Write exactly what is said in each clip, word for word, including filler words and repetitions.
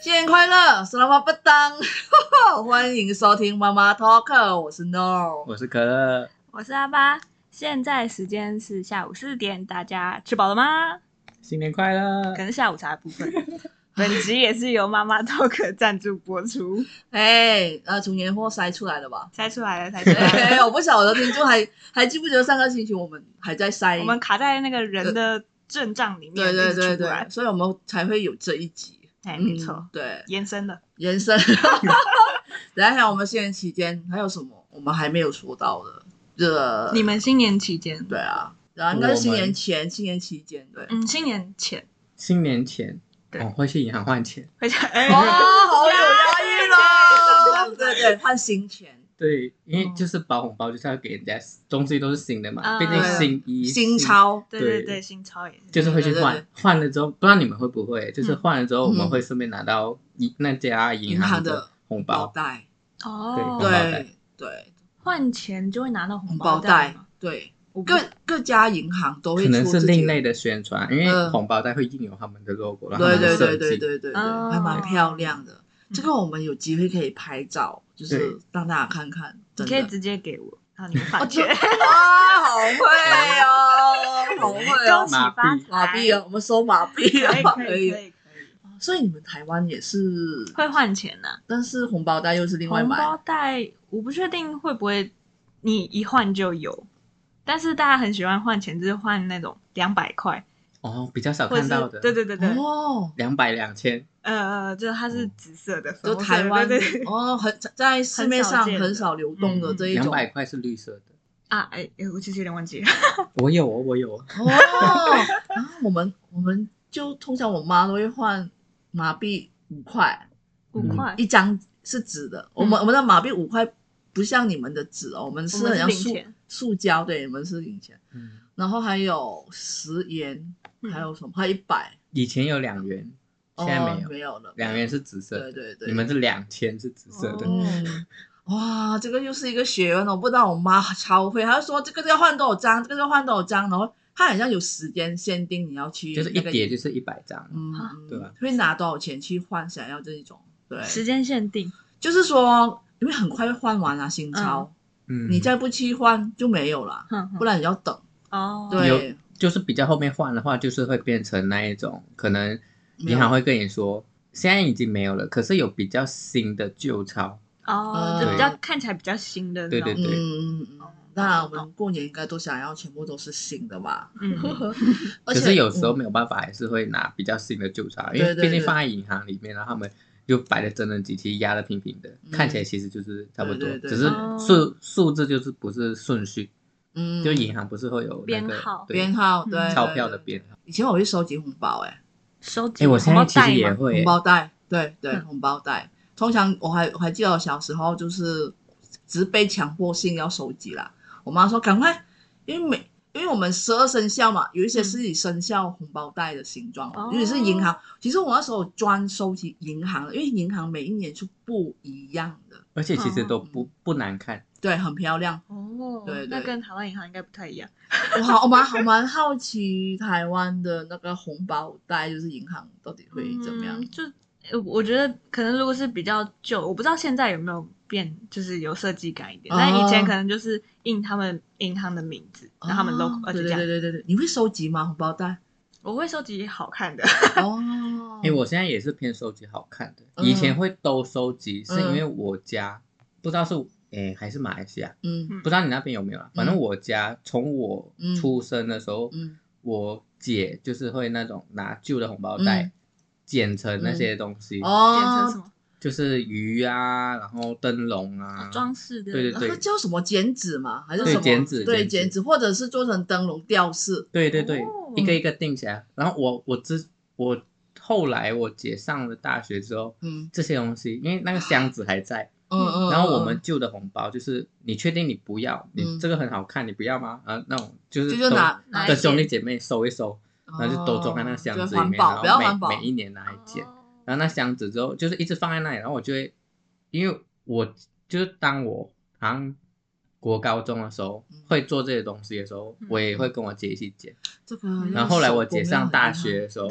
新年快乐 Selamat petang 欢迎收听妈妈 Talk， 我是 No， 我是可乐， 我是阿巴。现在时间是下午四点，大家吃饱了吗？ 新年快乐！ 可能下午茶的部分。本集也是由妈妈 Talk 赞助播出。 哎，呃，从年货筛出来了吧？ 猜出来了，猜出来了。 哎，我不晓得听众还还记不记得上个星期我们还在筛， 我们卡在那个人的阵仗里面， 对对对对， 对， 所以我们才会有这一集。 哎，没错、 嗯，对， 延伸的延伸。等一下，我们新年期间还有什么我们还没有说到的？这你们新年期间， 对啊，然后应该是新年前、新年期间，对， 嗯，新年前， 新年前， 对哦，会去银行换钱， 会讲，哎， 哇，好有压抑了，对对，换新钱。 对，因为就是包红包就是要给人家东西都是新的嘛， 嗯毕竟新衣新钞， 对对对，新钞也是， 就是会去换对对对， 换了之后，不知道你们会不会，就是换了之后嗯我们会顺便拿到银那家银银行的的红包， 包袋， 哦， 对对对， 换钱就会拿到红红包袋吗？， 对， 我不各各家银行都会可能是出自己另类的宣传，因为嗯红包袋会印有他们的 logo，然后对对对他们的设计， 对对对对， 哦还蛮漂亮的。这个我们有机会可以拍照，就是对让大家看看。真的你可以直接给我，然后你们返钱。 啊，好会哦，好会哦恭，喜发财！ 马币哦，我们收马币可以啊， 可以可以可以， 所以你们台湾也是会换钱呢、 但是红包袋又是另外买。 红包袋我不确定会不会你一换就有，但是大家很喜欢换钱，就是换那种两百块， 哦，比较少或者是看到的， 对对对对， 哦， 两百两千， 呃，就是它是紫色的， 就粉红色的台湾对对对哦，很在市面上很少见的很少流动的这一两种。 百块是绿色的， 啊，哎哎，我其实有点忘记了， 我有哦，我有哦， 哦，然后我们我们就通常我妈都会换马币五块五块， 一张是纸的，我们我们的马币五块不像你们的纸哦，我们是我们是很像塑零钱塑胶，对，你们是零钱， 嗯， 然后还有十元， 嗯还有什么？还有一百， 以前有两元，现在没有， 哦没有了， 两元是紫色的， 对对对， 你们是两千是紫色的， 哦嗯，哇，这个又是一个学问哦，我不知道我妈超会，她就说这个要换多少张，这个要换多少张，然后她好像有时间限定，你要去就是一那个叠就是一百张， 嗯啊， 嗯对吧会拿多少钱去换想要这一种？对， 时间限定， 就是说，因为很快会换完啊，新钞， 嗯， 你再不去换就没有了， 哼哼不然你要等。 哦， 对， 就是比较后面换的话，就是会变成那一种，可能银行会跟你说，现在已经没有了，可是有比较新的旧钞， 哦，就比较看起来比较新的那种， 对对对嗯嗯嗯嗯。当然，我们过年应该都想要全部都是新的吧？ 嗯， 而且可是有时候嗯没有办法，还是会拿比较新的旧钞，因为对对对毕竟放在银行里面，然后他们就摆的整整齐齐，压的平平的， 嗯看起来其实就是差不多对对，对只是哦数数字就是不是顺序， 嗯， 就银行不是会有那个编号对编号， 嗯对， 钞票的对。 编号。 以前我会收集红包，哎， 收集哎，我现在其实红包袋吗也会红包袋，对对， 嗯红包袋。通常我还我还记得我小时候就是只是被强迫性要收集啦。我妈说赶快，因为每因为我们十二生肖嘛，有一些是以生肖红包袋的形状， 哦尤其是银行。其实我那时候专收集银行的，因为银行每一年是不一样的， 而且其实都嗯不不难看， 对，很漂亮。 哦， 对对那跟台湾银行应该不太一样。 我好，我蛮好蛮好奇台湾的那个红包袋，就是银行到底会怎么样？ 嗯就呃我觉得可能如果是比较旧，我不知道现在有没有变，就是有设计感一点。 哦但以前可能就是印他们银行的名字，然后他们 logo， 哦对对而且这样。 对对对对，你会收集吗？红包袋？ 我会收集好看的， 哦， 哎、我现在也是偏收集好看的， 嗯以前会都收集，是嗯因为我家不知道是哎、还是马来西亚， 嗯不知道你那边有没有啦。反正我家从我嗯出生的时候， 嗯我姐就是会那种拿旧的红包袋、 嗯剪成那些东西， 剪成什哦， 么就是鱼啊，然后灯笼啊， 装饰的？ 对对对那叫什么剪纸吗？还是对什么？ 剪纸对， 剪纸剪纸，或者是做成灯笼吊饰。 对对对， 哦一个一个定起来。然后我我之我后来我姐上了大学之后， 嗯这些东西因为那个箱子还在。 嗯嗯， 然后我们旧的红包就是你确定你不要， 嗯你这个很好看，你不要吗？啊，那种就是就就都拿拿跟来剪兄弟姐妹收一收，然后就都装在那个箱子里面， 对环保，不要然环保。 后每每一年拿来剪， 哦然后那箱子之后就是一直放在那里，然后我就会，因为我就是当我好像国高中的时候嗯会做这些东西的时候， 嗯我也会跟我姐一起剪， 这个， 然后后来我姐上大学的时候，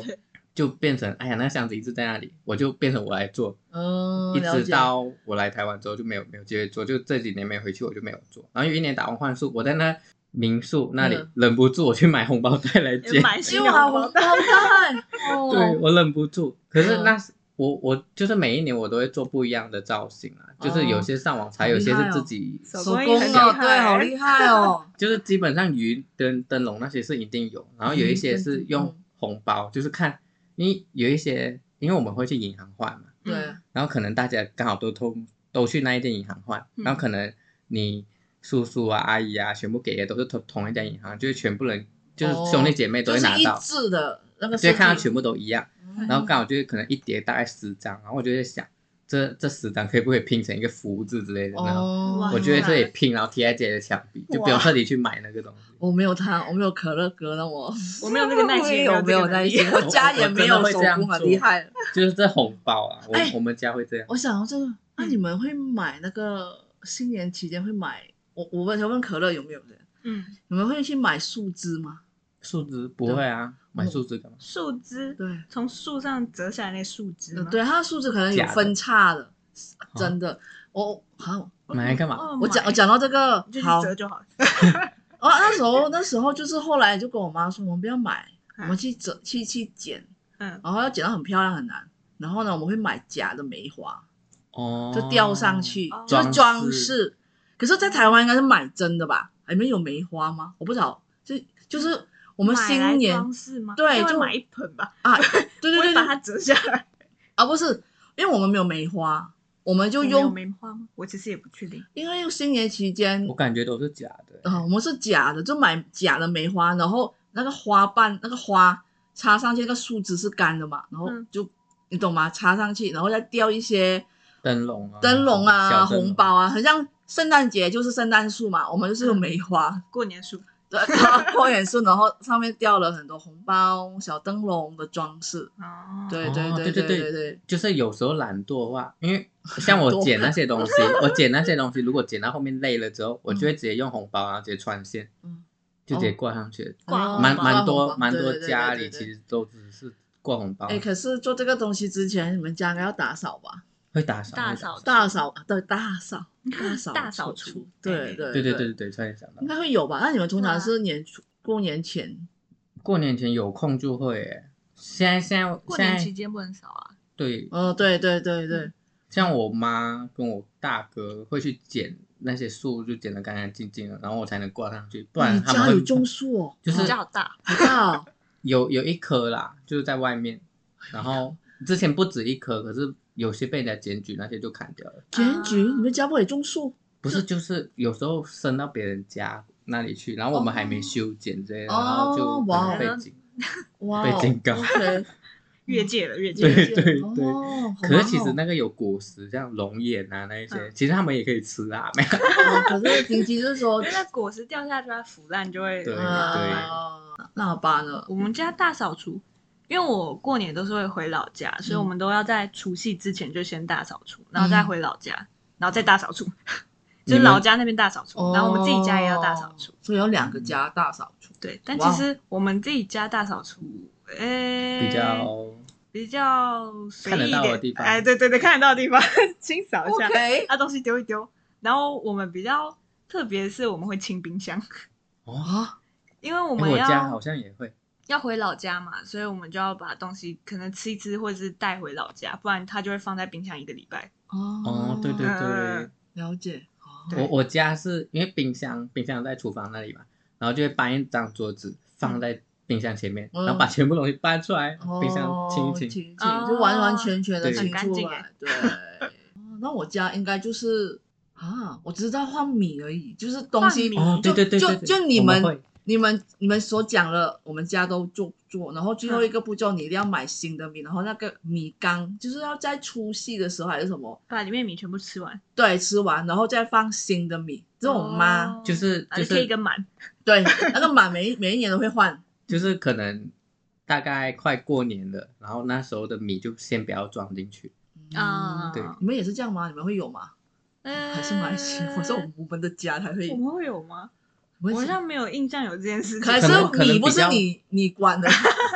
就变成哎呀那个箱子一直在那里，我就变成我来做， 嗯， 一了解直到我来台湾之后就没有没有机会做，就这几年没回去我就没有做。然后有一年打工换宿，我在那民宿那里嗯忍不住我去买红包袋来捡， 买新的因为我红包红包袋， 袋，哦， 对我忍不住。可是嗯那是、我我就是每一年我都会做不一样的造型啊，就是有些上网查， 好有些是厉害哦自己， 手手工艺很厉工哦，对， 害好厉害哦， 就是基本上鱼灯灯笼那些是一定有，然后有一些是用嗯红包，就是看你有一些，因为我们会去银行换嘛。 对， 然后可能大家刚好都都都去那一间银行换， 嗯然后可能你叔叔啊、阿姨啊，全部给的都是同同一家银行，就是全部人就是兄弟姐妹都会拿到， 就是一致的那个设计， 就会看到全部都一样， 嗯然后刚好就是可能一叠大概十张，然后我就在想，这这十张可以不可以拼成一个福字之类的，然后哦， 我就在这里拼，然后贴在自己的墙壁，就不用特地去买那个东西。 我没有他，我没有可乐哥那么， 我没有那个耐心， 我没有耐心，我家也没有手工很厉害。 就是这红包啊，我、 哎我们家会这样。 我想到这个，那你们会买那个新年期间会买？我我问，我问可乐有没有人？ 嗯， 你们会去买树枝吗？ 树枝不会啊，买树枝干嘛？ 树枝， 对， 从树上折下来那树枝吗？ 嗯对，它的树枝可能有分叉的，真的。我好， 买来干嘛？ 哦我讲我讲到这个， 就去好， 折就好了。 哦，那时候那时候就是后来就跟我妈说，我们不要买， 嗯我们去折去去剪， 嗯， 然后要剪到很漂亮很难。然后呢，我们会买假的梅花， 哦， 就吊上去， 哦就是装饰。可是，在台湾应该是买真的吧？里面有梅花吗？我不知道，就就是我们新买来年装饰吗？ 对就就会买一盆吧， 啊，对对对对我会把它折下来。 啊，不是，因为我们没有梅花，我们就我们有用， 梅花吗？我其实也不确定。 因为新年期间我感觉都是假的。 啊、我们是假的，就买假的梅花，然后那个花瓣那个花插上去，那个树枝是干的嘛，然后嗯就、你懂吗？插上去，然后再吊一些灯笼啊， 灯笼啊、 小灯笼红包啊，很像圣诞节就是圣诞树嘛，我们就是有梅花， 过年树， 对，然后过年树，然后上面吊了很多红包、小灯笼的装饰， 哦， 对哦对对对对对对， 就是有时候懒惰的话，因为像我剪那些东西，我剪那些东西，如果剪到后面累了之后，我就会直接用红包，然后直接穿线， 嗯， 就直接挂上去。 挂蛮蛮红包多蛮多对对对家里对对其实都只是挂红包哎，，可是做这个东西之前，你们家应该要打扫吧？ 会打扫，会大扫大扫对大扫大扫大扫除除， 对对对对对对对，差点想到应。该会有吧？那你们通常是年初过年前过年前有空就会诶，现在现在过现在年期间不能少啊。 对， 哦，对对对对， 像我妈跟我大哥会去剪那些树，就剪得干干净净的，然后我才能挂上去，不然你他们会家有种树哦， 就是你家好大， 好大哦， 有有一棵啦，就是在外面，然后之前不止一棵，可是有些被人家检举，那些就砍掉了。 检举你们家不可以种树不是，就是有时候升到别人家那里去，然后我们还没修剪这些， 哦然后就可哇能被警。 哇被警告 ，OK， 越界了，越界对了。 对对哦， 可是其实那个有果实，像龙眼啊那一些， 嗯其实他们也可以吃啊，没有。 哦可是经济就是说因为，那果实掉下去，它腐烂就会。 对啊，那好吧呢？ 我们家大扫除，因为我过年都是会回老家，所以我们都要在除夕之前就先大扫除，然后再回老家，然后再大扫除，就是老家那边大扫除，然后我们自己家也要大扫除。 哦，所以有两个家大扫除。 对，但哇其实我们自己家大扫除，诶， 比较比较随意一看得到的点地方哎，对对对，看得到的地方清扫一下， OK， 把东西丢一丢。然后我们比较特别的是，我们会清冰箱， 哦， 啊， 因为我诶们要我家好像也会。 要回老家嘛，所以我们就要把东西可能吃一吃，或者是带回老家，不然它就会放在冰箱一个礼拜。 哦哦，对对对嗯， 了解。哦对我我家是因为冰箱冰箱在厨房那里嘛，然后就会搬一张桌子放在冰箱前面， 嗯然后把全部东西搬出来，冰箱清一清。 哦清一清，就完完全全的对清很干出来净欸。 对，哦那我家应该就是啊，我只知道换米而已，就是东西换米哦，对对对就对对， 就你们我们会你们你们所讲的，我们家都做做，然后最后一个步骤，你一定要买新的米，然后那个米缸就是要在除夕的时候还是什么， 把里面米全部吃完， 对，吃完然后再放新的米，这是我妈、 哦就是啊就是你可以跟满， 对那个满每一每一年都会换， 就是可能大概快过年了，然后那时候的米就先不要装进去。 啊嗯对你们也是这样吗？你们会有吗？ 呃还是马来西亚？我说我们的家才会我，们会有吗？ 我我好像没有印象有这件事情。 可是可能可能米不比较是你你管的，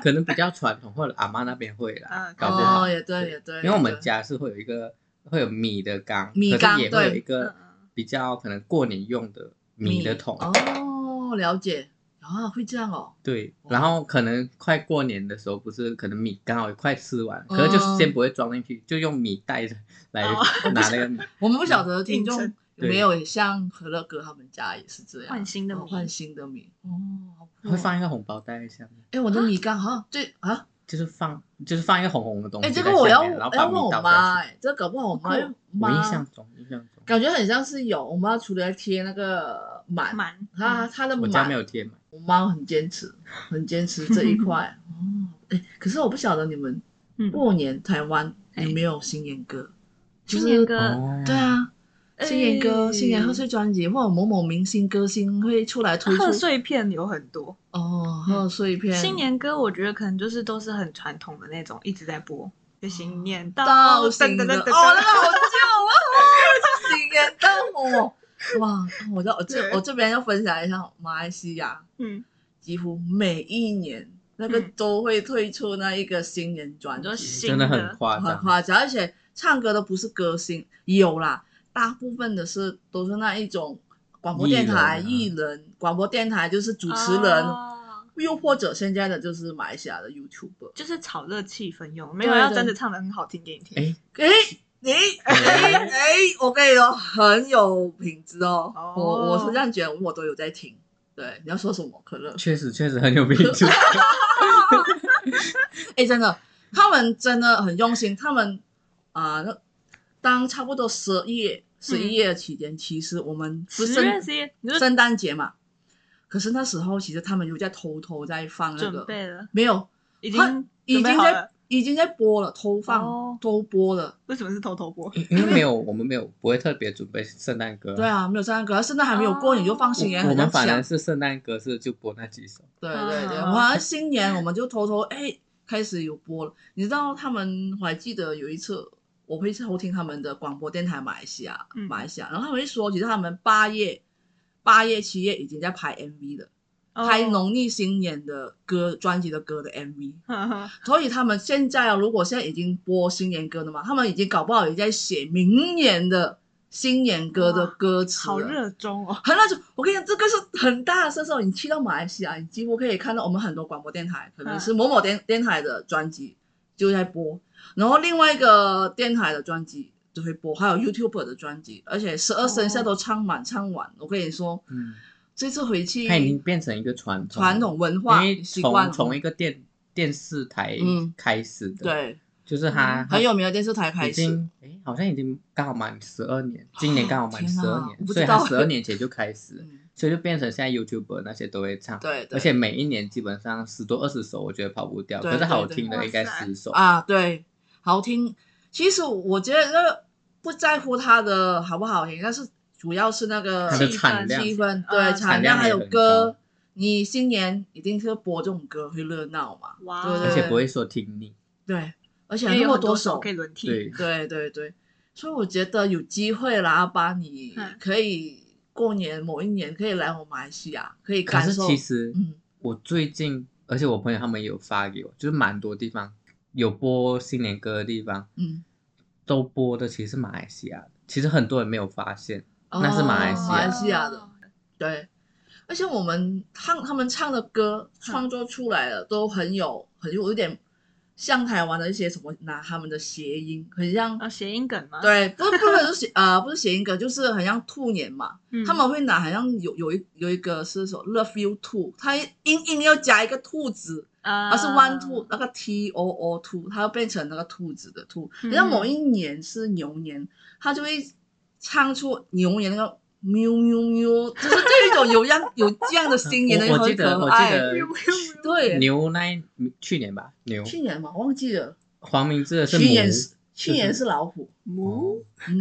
可能比较传统，或者阿妈那边会啦， 嗯搞不好。 哦，也对也对， 因为我们也对家是会有一个会有米的缸， 米缸可是也会有对一个嗯嗯比较可能过年用的米的桶。 哦，了解啊，会这样哦。 对， 哦然后可能快过年的时候，不是可能米刚好快吃完， 嗯可是就是先不会装进去，就用米带着来哦拿那个米。 我们不晓得听众硬撑有没有像可乐哥他们家也是这样换新的米哦换新的米哦，好酷哦会放一个红包袋在下面， 哎，我的米缸好像最啊， 就是放就是放一个红红的东西哎， 在下面， 这个我要然后把米要问我倒下去。 妈哎，这个搞不好我妈好酷因为我印妈象中，印象中， 感觉很像是有，我妈除了贴那个满， 满她她的我家没满， 有贴满。 我妈很坚持，很坚持这一块哦。哎，可是我不晓得你们嗯过年台湾哎有没有新年歌？就是新年歌， 哦， 对啊， 哎新年歌、新年贺岁专辑，或者某某明星歌星会出来推出贺岁片有很多。 哦，贺岁片、 新年歌我觉得可能就是都是很传统的那种，一直在播。就新年到到， 新的哦，那噔噔噔噔个好旧啊！新年到哦，哇！我这我这对我这边要分享一下马来西亚， 嗯， 几乎每一年那个嗯都会推出那一个新年专很多辑， 新真的很夸张。 很夸张，而且唱歌的不是歌星，有啦，大部分的是都是那一种广播电台艺艺人啊人，广播电台就是主持人， 哦又或者现在的就是马来西亚的 YouTuber。 就是炒热气氛用，没有要真的唱的很好听给你听。 哎， 哎，你哎哎，我跟你说很有品质哦， 哦我我是这样觉得，我都有在听。对，你要说什么？可乐？ 确实确实很有品质。 哎，真的，他们真的很用心。他们啊、那当差不多十一月、十一月期间，其实我们不是十月十一，你说圣诞节嘛，可是那时候其实他们有在偷偷在放那准个， 备了， 没有， 已他经已经在准备好了。 已经在播了，偷放、 哦偷播了。 为什么是偷偷播？ 因因为没有，我们没有不会特别准备圣诞歌。 对啊，没有圣诞歌，圣诞还没有过，你就放新年， 我很像抢们反而。是圣诞歌是就播那几首。 对对对， 嗯我好像新年我们就偷偷哎开始有播了。你知道他们，我还记得有一次我会偷听他们的广播电台马来西亚， 嗯马来西亚，然后他们会说，其实他们八月、八月、七月已经在拍 M V 了，拍农历新年的歌专辑的歌的 M V。 哦所以他们现在啊，如果现在已经播新年歌了嘛，他们已经搞不好也在写明年的新年歌的歌词了。 好热衷哦。 很那种，我跟你讲，这个是很大的时候，你去到马来西亚，你几乎可以看到我们很多广播电台，可能是某某电电台的专辑就在播，然后另外一个电台的专辑就会播，还有 YouTuber 的专辑，而且十二生肖都唱满唱完。我跟你说， 嗯， 这次回去它已经变成一个传统传统文化因为习惯从从一个电电视台嗯开始的，， 对就是它很有名的电视台已开始。 经哎，好像已经刚好满十二年，今年刚好满天哪十二年， 我不知道所以它十二年前就开始， 嗯所以就变成现在 YouTuber 那些都会唱， 对对而且每一年基本上十多二十首，我觉得跑不掉， 对可是好对对听的应该哇塞十首， 啊，对，好听。其实我觉得那个不在乎它的好不好听，但是主要是那个它的气氛产量气氛， 啊对产产量还有量也很歌高， 你新年一定是播这种歌会热闹嘛， 哇对对而且不会说听腻， 对，而且因为有那么多很多首首， 可以轮替。 对， 对对对，所以我觉得有机会啦，把你嗯可以过年某一年可以来我马来西亚，可以可是感受， 其实嗯我最近，而且我朋友他们也有发给我，就是蛮多地方有播新年歌的地方， 嗯， 都播的其实是马来西亚的，其实很多人没有发现，那是马来西亚哦马来西亚的，对，而且我们唱他们唱的歌创作出来的都很有很有有点像台湾的一些什么拿他们的谐音，很像啊，谐音梗吗？， 对，不不是谐呃不是谐音梗，就是很像兔年嘛， 嗯他们会拿好像有有一有一个是什么 Love You Two，它硬硬要加一个兔子， 啊而是 One Two 那个 T O O Two，它要变成那个兔子的兔， 嗯好像某一年是牛年，它就会唱出牛年那个。喵喵喵，就是这一种有样有这样的新年的我我记很可得我记爱。 得对， 牛那一去年吧，牛去年嘛，忘记了。 黄明志的是去年母是去年是老虎， 母嗯，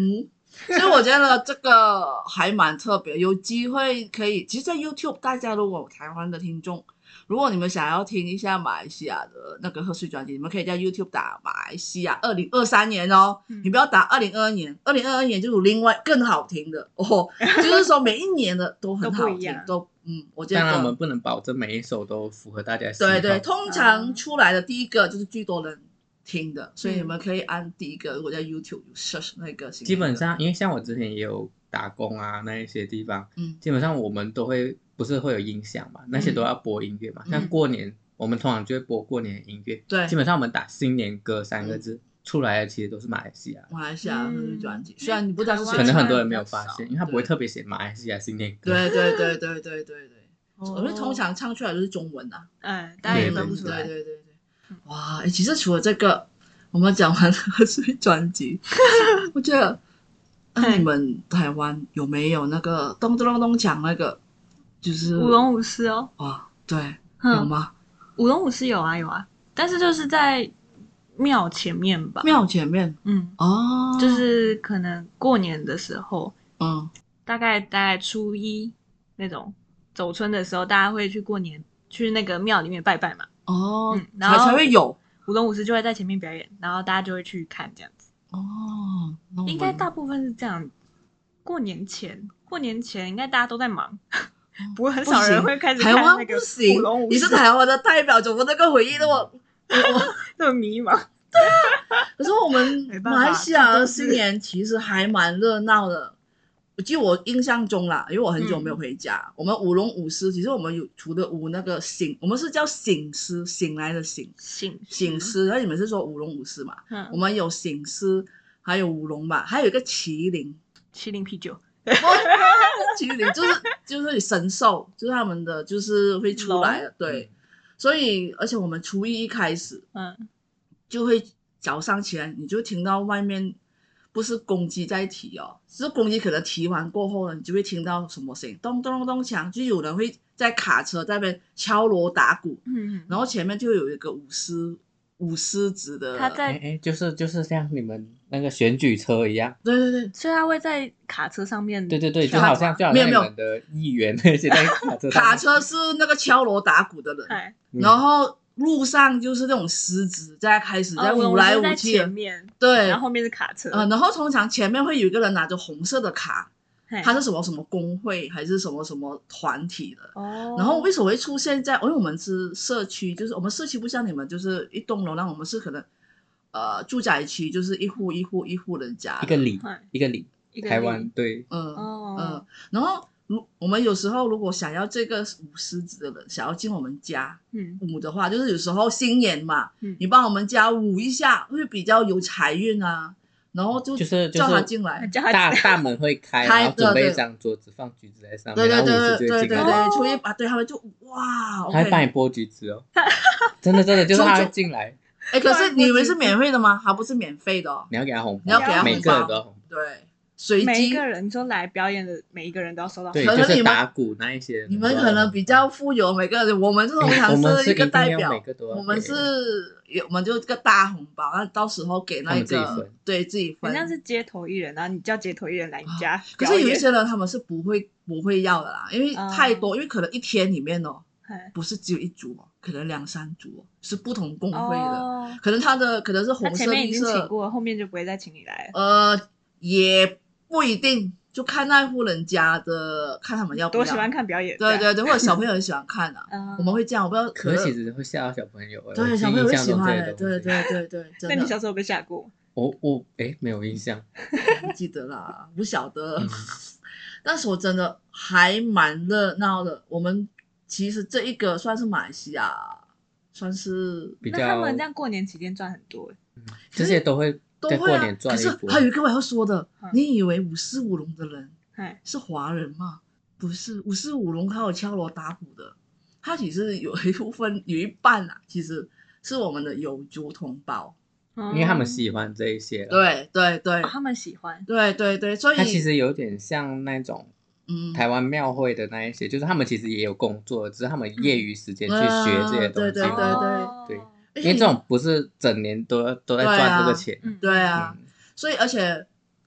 所以我觉得这个还蛮特别，有机会可以，其实，在 YouTube 大家如果台湾的听众，如果你们想要听一下马来西亚的那个贺岁专辑，你们可以在 YouTube 打马来西亚二零二三年哦， 嗯、 你不要打二零二二年，二零二二年就有另外更好听的哦，就是说每一年的都很好听，都嗯，我觉得。 当然我们不能保证每一首都符合大家喜好。 对对，通常出来的第一个就是最多人听的，所以你们可以按第一个，如果在 YouTube search 那个。 基本上，因为像我之前也有打工啊，那一些地方，嗯，基本上我们都会不是会有音响嘛，那些都要播音乐嘛。嗯、像过年，我们通常就会播过年的音乐。 对， 基本上我们打新年歌三个字、嗯、出来的，其实都是马来西亚。 马来西亚贺岁专辑，虽然你不知道是谁， 可能很多人没有发现，因为他不会特别写马来西亚新年歌。 对对对对对对对。我们通常唱出来都是中文啊， 哎，大家也分不出来。 对对对对，哇，其实除了这个，我们讲完贺岁专辑，我觉得，那你们台湾有没有那个咚咚咚咚锵那个，就是舞龙舞狮哦？ 哇，对，有吗？ 舞龙舞狮有啊有啊，但是就是在庙前面吧。 庙前面， 嗯， 哦， 就是可能过年的时候， 嗯， 大概大概初一那种。走春的时候，大家会去过年，去那个庙里面拜拜嘛。 哦，嗯、然后才才会有舞龙舞狮就会在前面表演，然后大家就会去看这样子。 哦， 应该大部分是这样。过年前，过年前应该大家都在忙，不过很少人会开始看那个舞龙舞狮。 你是台湾的代表，怎么那个回忆那么那么迷茫？ 可是我们马来西亚的新年其实还蛮热闹的。就我印象中啦，因为我很久没有回家，嗯、我们舞龙舞狮，其实我们有除了舞那个醒，我们是叫醒狮，醒来的醒， 醒醒狮，那你们是说舞龙舞狮嘛？ 嗯， 我们有醒狮，还有舞龙吧，还有一个麒麟， 麒麟啤酒， 麒麟就是就是神兽，就是他们的就是会出来的，对，所以而且我们初一一开始， 嗯， 就会早上起来，你就听到外面。不是公鸡在啼哦，是公鸡可能啼完过后呢，你就会听到什么声音，咚咚咚锵，就有人会在卡车在那边敲锣打鼓， 嗯， 然后前面就有一个舞狮舞狮子的， 他在， 哎哎，就是就是像你们那个选举车一样， 对对对， 所以他会在卡车上面， 对对对，就好像就好像你们的议员那些在卡车上， 卡车是那个敲锣打鼓的人， 嗯、 然后。路上就是那种狮子在开始在舞来舞去的， 哦、面对， 然后后面是卡车， 呃，然后通常前面会有一个人拿着红色的卡，他是什么什么工会还是什么什么团体的， 哦， 然后为什么会出现在？因为我们是社区，就是我们社区不像你们，就是一栋楼，那我们是可能呃住宅区，就是一户一户一户人家， 一个里一个里，台湾对， 嗯哦、 嗯，然后。如我们有时候如果想要这个舞狮子的人想要进我们家舞的话，嗯、就是有时候新年嘛，嗯、你帮我们家舞一下会比较有财运啊，然后就就是叫他进来， 就是、大大门会开，开然后准备一张桌子放橘子在上面， 对对对对对对对对，初一啊，对他们就哇， 他会帮你剥橘子哦，真的真的就是他会进来。 哎，可是你以为是免费的吗？它不是免费的哦， 你要给他红包， 你要给他红包， 每个人都要红包， 对。随机每一个人就来表演的每一个人都要收到， 对，就是打鼓那一些。 你们可能比较富有，每个人我们这种常是一个代表，我们是我们就一个大红包，那到时候给那个对自己分， 好像是街头艺人，然后你叫街头艺人来你家、啊。 可是有一些人他们是不会不会要的啦，因为太多，嗯、因为可能一天里面哦，不是只有一组哦，可能两三组哦，是不同工会的，哦、可能他的可能是红色、 他前面已经请过，后面就不会再请你来了。 呃，也。不一定，就看那户人家的，看他们要不要。 多喜欢看表演， 对对对，或者小朋友很喜欢看啊，嗯、我们会这样，我不知道。 可是其实会吓到小朋友， 对，小朋友会喜欢的，对对对对。 那你小时候被吓过？ 我我哎，没有印象， 不记得啦，不晓得。嗯、但是我真的还蛮热闹的。我们其实这一个算是马来西亚，算是比较。 那他们这样过年期间赚很多， 嗯、这些都会。 都会啊，可是还有一个我要说的，嗯、你以为舞狮舞龙的人是华人吗？不是，舞狮舞龙还有敲锣打鼓的，他其实有一部分有一半啊，其实是我们的有族同胞， 因为他们喜欢这一些。 对对对、 哦，他们喜欢。 对对对，所以他其实有点像那种。嗯，台湾庙会的那一些，就是他们其实也有工作，只是他们业余时间去学这些东西。 对对对对对。因为这种不是整年都都在赚这个钱， 对啊，对啊嗯、所以而且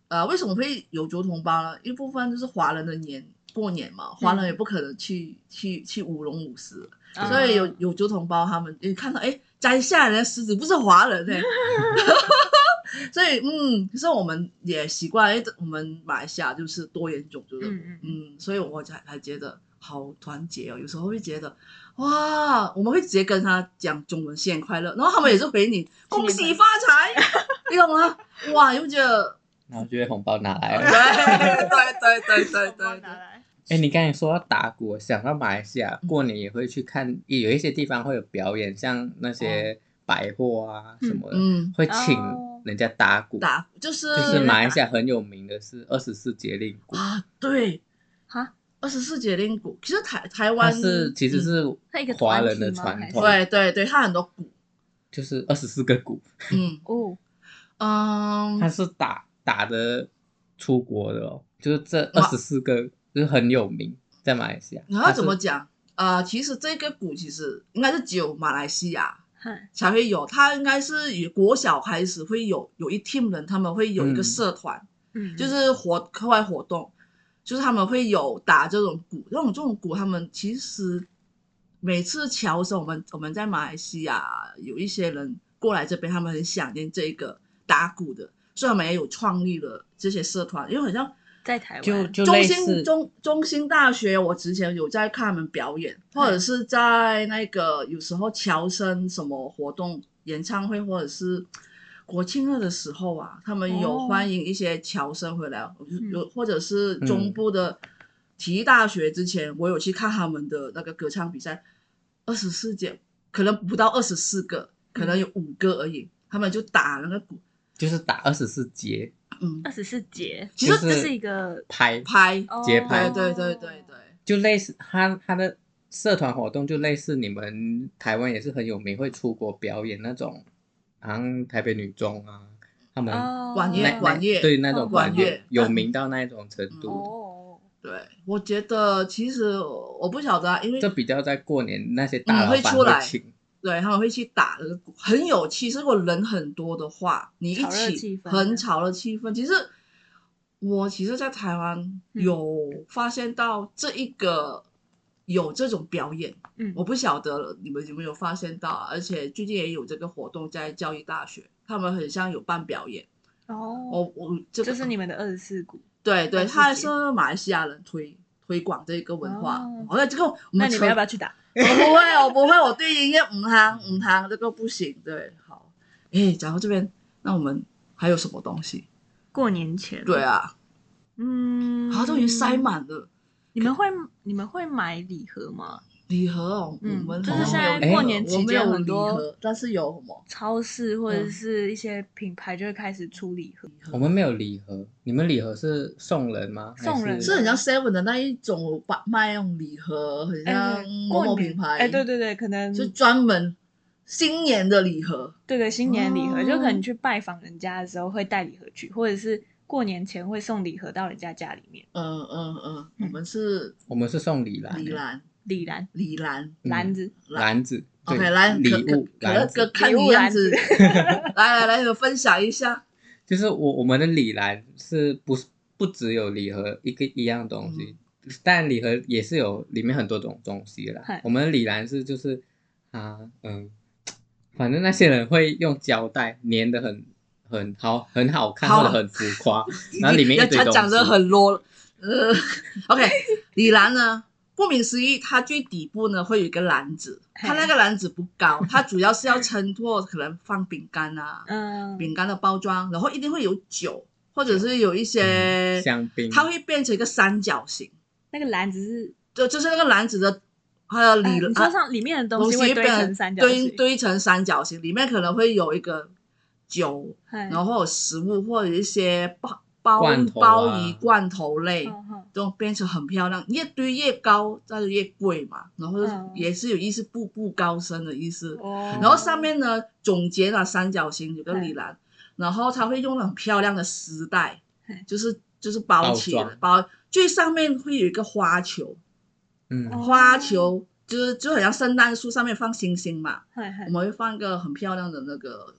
呃，为什么会有族同胞呢？一部分就是华人的年过年嘛，华人也不可能去、嗯、去去舞龙舞狮，嗯、所以有有族同胞他们一看到，哎，摘下来的狮子不是华人哎、欸。所以，嗯，可是我们也习惯，因为我们马来西亚就是多元种族的，嗯嗯嗯，所以我才才觉得好团结哦。有时候会觉得，哇，我们会直接跟他讲中文新年快乐，然后他们也是回你恭喜发财，你懂吗？哇，你会觉得， 然后就会红包拿来了， 对对对对对对对。 哎，你刚才说到打鼓，想到马来西亚过年也会去看，有一些地方会有表演，像那些百货啊什么的，嗯、会请人家打鼓。 打鼓就是就是马来西亚很有名的是二十四节令鼓啊，对， 哈， 二十四节令鼓，其实台台湾它是其实是华人的传统， 对对对，它很多鼓， 就是二十四个鼓， 嗯哦，嗯， 它是打打的出国的哦，就是这二十四个就是很有名，在马来西亚。 你要怎么讲？呃，其实这个鼓其实应该是只有马来西亚才会有，它应该是以国小开始会有有一 team 人，他们会有一个社团，嗯，就是活课外活动，就是他们会有打这种鼓，这种这种鼓，他们其实每次侨生，我们我们在马来西亚有一些人过来这边，他们很想念这个打鼓的，所以他们也有创立了这些社团，因为好像。 在台湾， 就就中兴中中兴大学，我之前有在看他们表演，或者是在那个有时候侨生什么活动、演唱会，或者是国庆日的时候啊，他们有欢迎一些侨生回来，有、哦、或者是中部的体育大学，之前我有去看他们的那个歌唱比赛，二十四节可能不到二十四个，可能有五个而已，他们就打那个鼓， 就是打二十四节。 嗯，二十四节， 其实这是一个拍拍节拍， 对对对对， 就类似他他的社团活动，就类似你们台湾也是很有名，会出国表演那种，好像台北女中啊，他们管乐管乐对那种管乐有名到那一种程度。 哦，对，我觉得其实我不晓得啊，因为这比较在过年那些大老板会出来。 请对，他们会去打那个鼓，很有气势。如果人很多的话，你一起很吵的气氛。其实我其实，在台湾有发现到这一个有这种表演，嗯，我不晓得你们有没有发现到，而且最近也有这个活动在教育大学，他们很像有办表演。 哦， 我我这个就是你们的二十四鼓， 对对，他还是马来西亚人推推广这个文化。好、哦，这个我们那你们要不要去打？ 我不会，我不会，我对音乐唔行唔行，这个不行。对，好，哎，讲到这边，那我们还有什么东西？ 过年前， 对啊， 嗯， 好像都已经塞满了。 你们会你们会买礼盒吗？ 礼盒哦， 嗯， 我们就是现在过年期间很多， 但是有什么超市或者是一些品牌就会开始出礼盒。 我们没有礼盒，你们礼盒是送人吗？ 送人是很像 Seven 的那一种卖那种礼盒，很像某某品牌。 哎，对对对，可能就专门新年的礼盒。 对对，新年礼盒就可能去拜访人家的时候会带礼盒去，或者是过年前会送礼盒到人家家里面。 嗯嗯嗯，我们是， 我们是送礼篮， 礼篮。 礼篮， 礼篮， 篮子， 篮子 ，OK， 来礼物， 可可看你样子，来来来，有分享一下。 就是我我们的礼篮是不不只有礼盒一个一样东西，嗯、但礼盒也是有里面很多种东西啦。我们的礼篮是就是啊嗯，反正那些人会用胶带粘的很很好很好看或者很浮夸，然后里面一堆东西。 他讲的很 low， 呃 ，OK， 礼篮呢？顾名思义，它最底部呢会有一个篮子，它那个篮子不高，它主要是要衬托可能放饼干啊，嗯，饼干的包装，然后一定会有酒，或者是有一些、 嗯、香槟， 它会变成一个三角形。 那个篮子是， 就就是那个篮子的，它的里、 呃、你说上里面的东西会堆成三角形， 堆堆成三角形，里面可能会有一个酒，然后有食物或者一些包。包包鱼罐头类都变成很漂亮，越堆越高，但是越贵嘛。然后也是有意思，步步高升的意思。然后上面呢，总结了三角形有个礼篮，然后它会用很漂亮的丝带，就是就是包起来，包最上面会有一个花球，嗯，花球就是就好像圣诞树上面放星星嘛，我们会放一个很漂亮的那个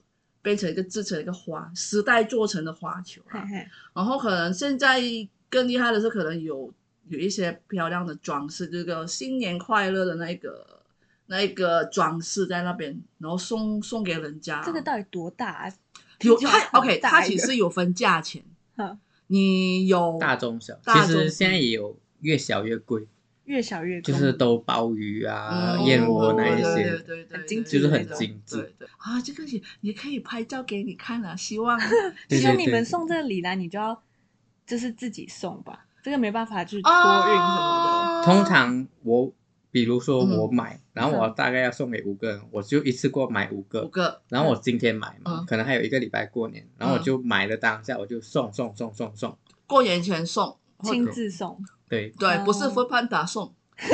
变成一个制成一个花，丝带做成的花球、啊嘿嘿， 然后可能现在更厉害的是，可能有有一些漂亮的装饰，这个新年快乐的那个那个装饰在那边，然后送送给人家。 这个到底多大、啊？ 有它 OK， 它它其实有分价钱，你有大中小， 大中其实现在也有越小越贵。 越小越贵， 就是都鲍鱼啊、 嗯、 燕窝那一些， 对对对对， 很精致， 就是很精致。 对对啊，这个也也可以拍照给你看啊，希望希望你们送这个礼来，你就要就是自己送吧，这个没办法去托运什么的。 啊、 通常我比如说我买， 嗯、 然后我大概要送给五个人，我就一次过买五个， 五个， 然后我今天买嘛， 嗯、 可能还有一个礼拜过年，然后我就买了当下我就送送送送送， 过年前送， 亲自送， 对对，不是 Foodpanda 送。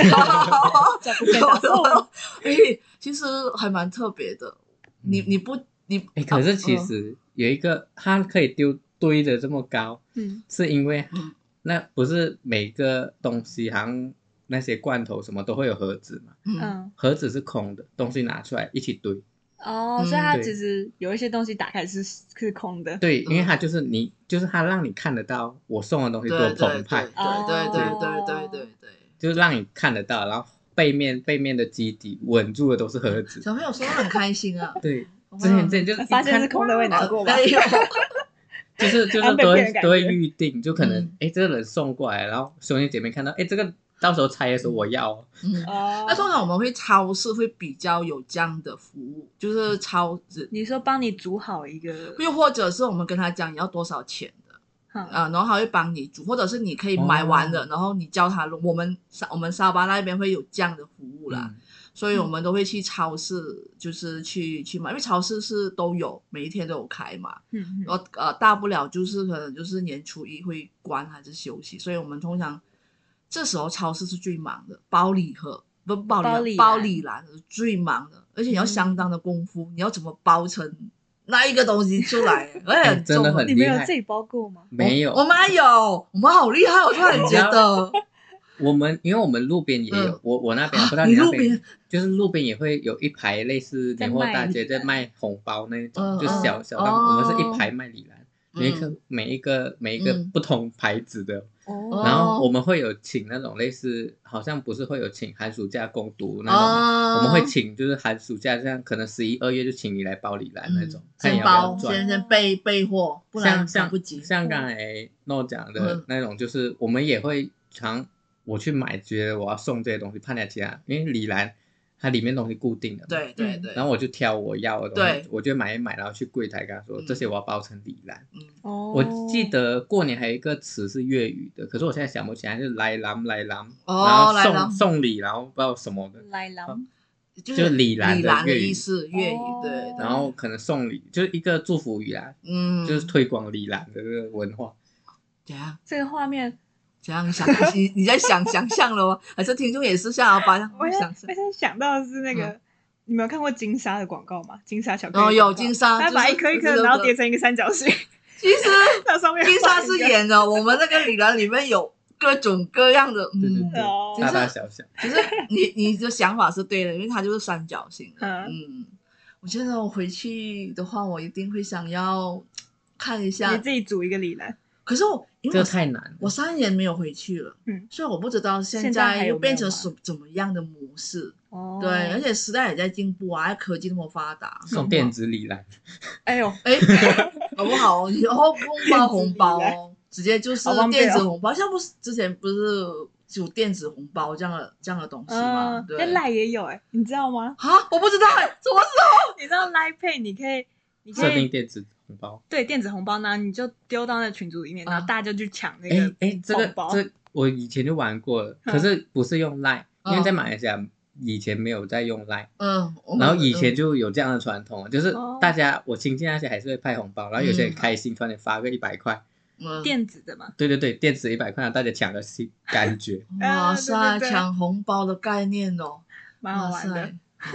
哎，其实还蛮特别的。你你不你哎，可是其实有一个，它可以丢堆的这么高，嗯，是因为那不是每个东西，好像那些罐头什么都会有盒子嘛，嗯，盒子是空的，东西拿出来一起堆。 哦，所以它其实有一些东西打开是是空的， 对，因为它就是你，就是它让你看得到我送的东西多澎湃， 对对对对对对对。 就是让你看得到，然后背面背面的基底稳住的都是盒子。 小朋友收到很开心啊。 对，之前之前就发现是空的会难过吧？ 没有， 就是就是都会都会预定，就可能哎、嗯、这个人送过来，然后兄弟姐妹看到哎这个到时候拆的时候我要、哦。 嗯，那通常我们会超市会比较有这样的服务，就是超市。 你说帮你煮好一个， 又或者是我们跟他讲你要多少钱。啊、呃，然后他会帮你煮，或者是你可以买完了，哦、然后你叫他，我们我们沙巴那边会有这样的服务啦，嗯、所以我们都会去超市，就是去去买，因为超市是都有，每一天都有开嘛，嗯，然后呃大不了就是可能就是年初一会关还是休息，所以我们通常这时候超市是最忙的，包礼盒不是包礼包礼篮是最忙的，而且你要相当的功夫，嗯、你要怎么包成那一个东西出来，而且很重、欸、 真的很厉害。 你们有自己包过吗？ 没有， 我们还有，我们好厉害，我突然觉得。 我们因为我们路边也有，嗯、我我那边不知道你那边，就是路边也会有一排类似年货大街在卖红包那种，嗯、就小小的，嗯、我们是一排卖礼篮，每一个每一个每一个不同牌子的。哦、然后我们会有请那种类似，好像不是会有请寒暑假工读那种嘛，哦、我们会请就是寒暑假这样，可能十一二月就请你来包礼篮那种， 先、嗯、包先先备备货，不然赶不及。 像刚才诺讲的那种，就是我们也会常我去买，觉得我要送这些东西，怕人家其他，因为礼篮它里面东西固定的嘛， 对对对， 然后我就挑我要的东西，我就买一买，然后去柜台跟他说、嗯、这些我要包成礼篮。嗯哦，我记得过年还有一个词是粤语的，可是我现在想不起来，是来篮来篮， 哦、 然后送来送礼，然后不知道什么的， 来篮就是礼篮的意思，粤语对， 然后可能送礼就是一个祝福语啦，嗯，就是推广礼篮的这个文化。 怎样？ 这个画面。 怎样想？你你在想想象了吗？还是听众也是像把我想象？我现在想到的是那个，嗯、你没有看过金沙的广告吗？金沙巧克力哦，有金沙， 他把一颗一颗，然后叠成一个三角形。 其实那上面金沙是演的，我们那个礼篮里面有各种各样的，嗯， 对对对，大大小小。 其实你你的想法是对的，因为它就是三角形的。嗯，嗯我觉得我回去的话，我一定会想要看一下， 你自己组一个礼篮。 可是我因为这太难了， 我三年没有回去了，嗯，所以我不知道现在又变成什怎么样的模式。哦，对，而且时代也在进步啊，科技那么发达， 送电子礼篮， 哎呦， 哎，好不好？以后不用包红包哦，直接就是电子红包，像不是之前不是有电子红包这样的这样的东西吗？对， 那赖也有哎，你知道吗？ 啊，我不知道哎，什么时候？ 你知道赖 Pay 你可以。你可以设定电子红包， 对电子红包呢，你就丢到那群组里面，然后大家就去抢那个红包。 哎哎，这个这我以前就玩过了，可是不是用 Line，、嗯、因为在马来西亚以前没有在用 Line， 嗯，然后以前就有这样的传统，就是大家、哦、我亲戚那些还是会派红包，然后有些人开心，突然发个一百块。 嗯、电子的嘛， 对对对，电子一百块，大家抢的感觉。 哇塞，抢红包的概念哦， 蛮好玩的。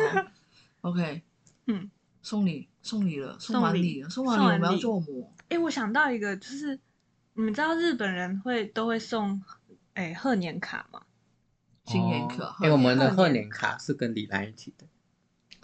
OK， 嗯，送礼。送礼了，送完礼了，送完礼我们要做膜。 哎，我想到一个，就是你们知道日本人会都会送哎贺年卡吗？ 新年卡。 哎、哦，我们的贺年卡是跟礼篮一起的。 哦，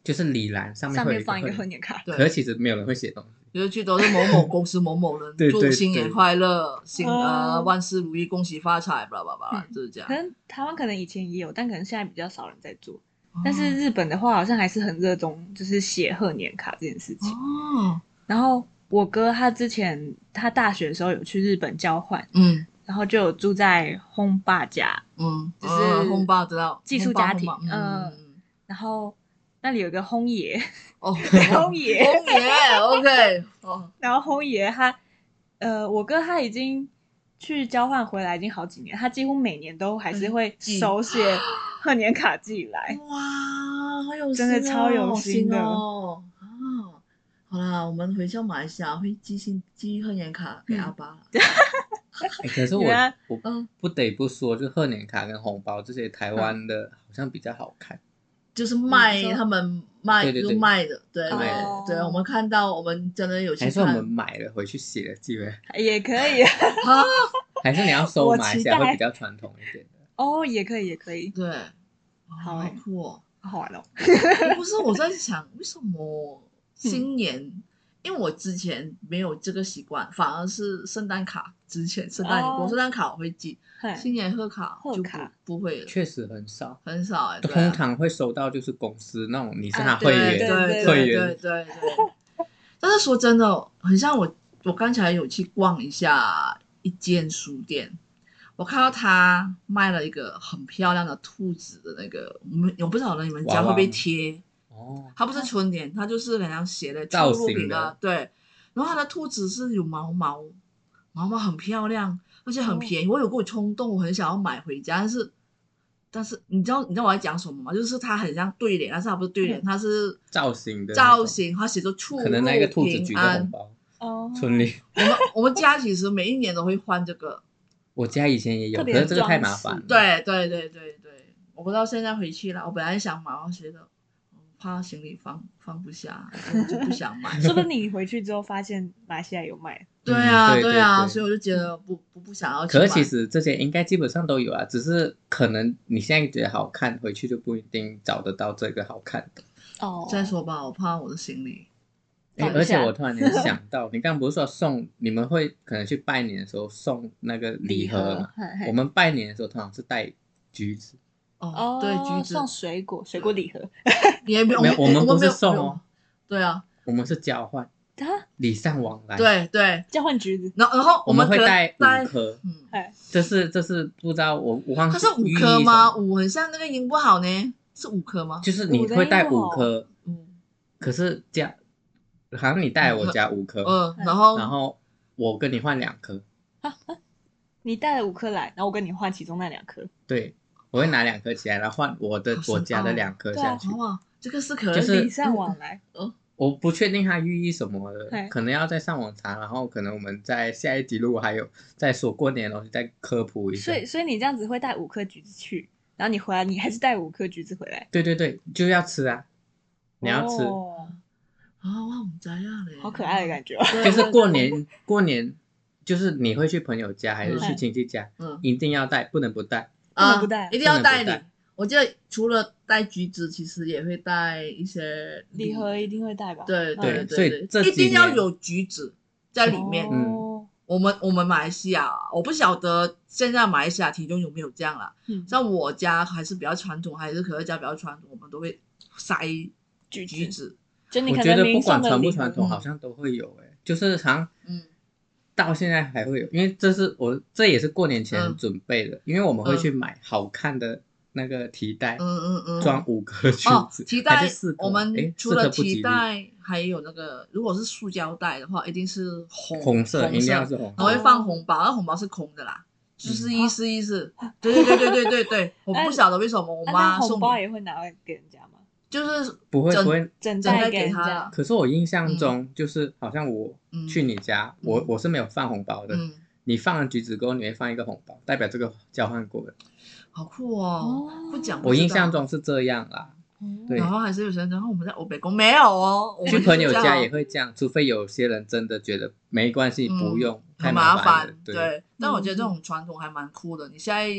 就是礼篮上面上会有面放一个贺贺年卡， 可是其实没有人会写东西。 就是去都是某某公司某某人对对祝新年快乐，新哦呃万事如意，恭喜发财，巴拉巴拉巴拉，就是这样可。能台湾可能以前也有，但可能现在比较少人在做。 哦但是日本的话，好像还是很热衷，就是写贺年卡这件事情。 哦， 然后我哥他之前他大学的时候有去日本交换， 嗯然后就有住在轰爸家， 嗯， 就是呃轰爸知道寄宿家庭轰爸嗯嗯然后那里有一个轰爷， 哦， 轰爷轰爷，OK，哦， 然后轰爷他，呃，我哥他已经去交换回来已经好几年，他几乎每年都还是会手写贺年卡寄来。 哇，好有心哦， 真的超有心的哦。啊，好啦，我们回到马来西亚会寄信寄贺年卡给阿爸。 欸、可是我原来我嗯不得不说，就贺年卡跟红包这些台湾的好像比较好看。 就是卖你说他们卖对对对就卖的，对对卖的对，我们看到我们真的有去还是我们看买了回去写的寄回来， 也可以啊， 还是你要收我马来西期待亚会比较传统一点的？ 哦，也可以，也可以， 对，好好欸酷哦。 好好玩哦。 不是我在想，为什么新年？因为我之前没有这个习惯，反而是圣诞卡之前，圣诞哦我圣诞卡我会寄， 嘿新年贺卡就不贺卡不会了， 确实很少， 很少哎，对啊通常会收到就是公司那种你是他啊会员， 对对对会对员对对对。但是说真的，很像我，我刚才有去逛一下一间书店，我看到他卖了一个很漂亮的兔子的那个，我们我不知道你们家会不会贴。 哦， 它不是春联，它就是人家写的造兔型的品啊，对。然后它的兔子是有毛毛，毛毛很漂亮，而且很便宜。我有过冲动，我很想要买回家，但是但是你知道你知道我在讲什么吗？就是它很像对联，但是它不是对联， 嗯它是造型的那种造型，它写着出入可能那个兔子举着红平安。 包， 哦， 春联。 我们我们家其实每一年都会换这个， 我家以前也有， 特别的可是这个太麻装饰烦了。 对对对对对，我不知道现在回去了，我本来想买，我觉得怕行李放放不下，我就不想买。 说不定你回去之后发现马来西亚有卖， 对啊， 嗯对对啊， 对对所以我就觉得不不不想要去买。 可是其实这些应该基本上都有啊，只是可能你现在觉得好看，回去就不一定找得到这个好看的。 哦再说吧，我怕我的行李。 哎、 放不下而且我突然间想到，你刚刚不是说送你们会可能去拜年的时候送那个礼盒嘛？ 嘿嘿我们拜年的时候通常是带橘子， 哦哦，， 对，橘子送水果，水果礼盒也没有， 没有我们不是没有送哦。 没有对啊， 我们是交换， 啊， 礼尚往来。， 对对， 交换橘子， 然后然后我们会可能带带五颗， 嗯， 哎， 这是这是不知道我我忘记它是五寓意颗吗？ 什么五很像那个音不好呢，是五颗吗？ 就是你会带五颗， 嗯可是加好像你带我加五颗， 嗯，然后然后我跟你换两颗， 你带了五颗来，然后我跟你换其中那两颗， 对，我会拿两颗起来，然后换我的好深奥我加的两颗下去。 哇，这个是可以， 就是礼尚往来， 我不确定它寓意什么的嘿， 可能要再上网查，然后可能我们在下一集如果还有再说过年的东西再科普一下所。以所以你这样子会带五颗橘子去，然后你回来你还是带五颗橘子回来， 对对对，就要吃啊，你要吃， 哦啊，哇，我们这样嘞， 好可爱的感觉哦， 对就是过，年过年就是你会去朋友家还是去嗯亲戚家， 嗯， 一定要带，不能不带。 不能啊不带一定要带你不能不带。 我记得除了带橘子，其实也会带一些礼盒一定会带吧？ 对对嗯所以对这几一定要年有橘子在里面。 哦我们我们马来西亚，我不晓得现在马来西亚体中有没有这样啦。 嗯像我家还是比较传统，还是可乐家比较传统，我们都会塞橘橘子。 就你我觉得不可能明管传不送的礼盒传统， 嗯好像都会有诶、就是好像嗯到现在还会有，因为这是我这也是过年前嗯准备的，因为我们会去买好看的那个提袋， 嗯嗯嗯， 装五颗橘哦， 子， 提袋还是四颗？ 我们诶除了四颗不吉利提袋，还有那个，如果是塑胶袋的话，一定是红红色， 红一定要是红然后会色。 放红包，那红包是空的啦，就是嗯意思意思。对对对对对对对，我不晓得为什么我啊那妈送你， 红包也会拿来给人家吗？ 就是整不会不会， 整整袋袋给人给他家， 可是我印象中就是好像我嗯去你家， 嗯我我是没有放红包的， 嗯， 你放了橘子过后，你会放一个红包，代表这个交换过的。 好酷哦！ 哦不讲， 我印象中是这样啦。对然后还是有些人，然后我们在欧北宫没有哦，我们去朋友家也会会这样，除非有些人真的觉得没关系， 嗯不用，太很麻烦了。 烦。 对， 对，但我觉得这嗯种传统还蛮酷的。你现在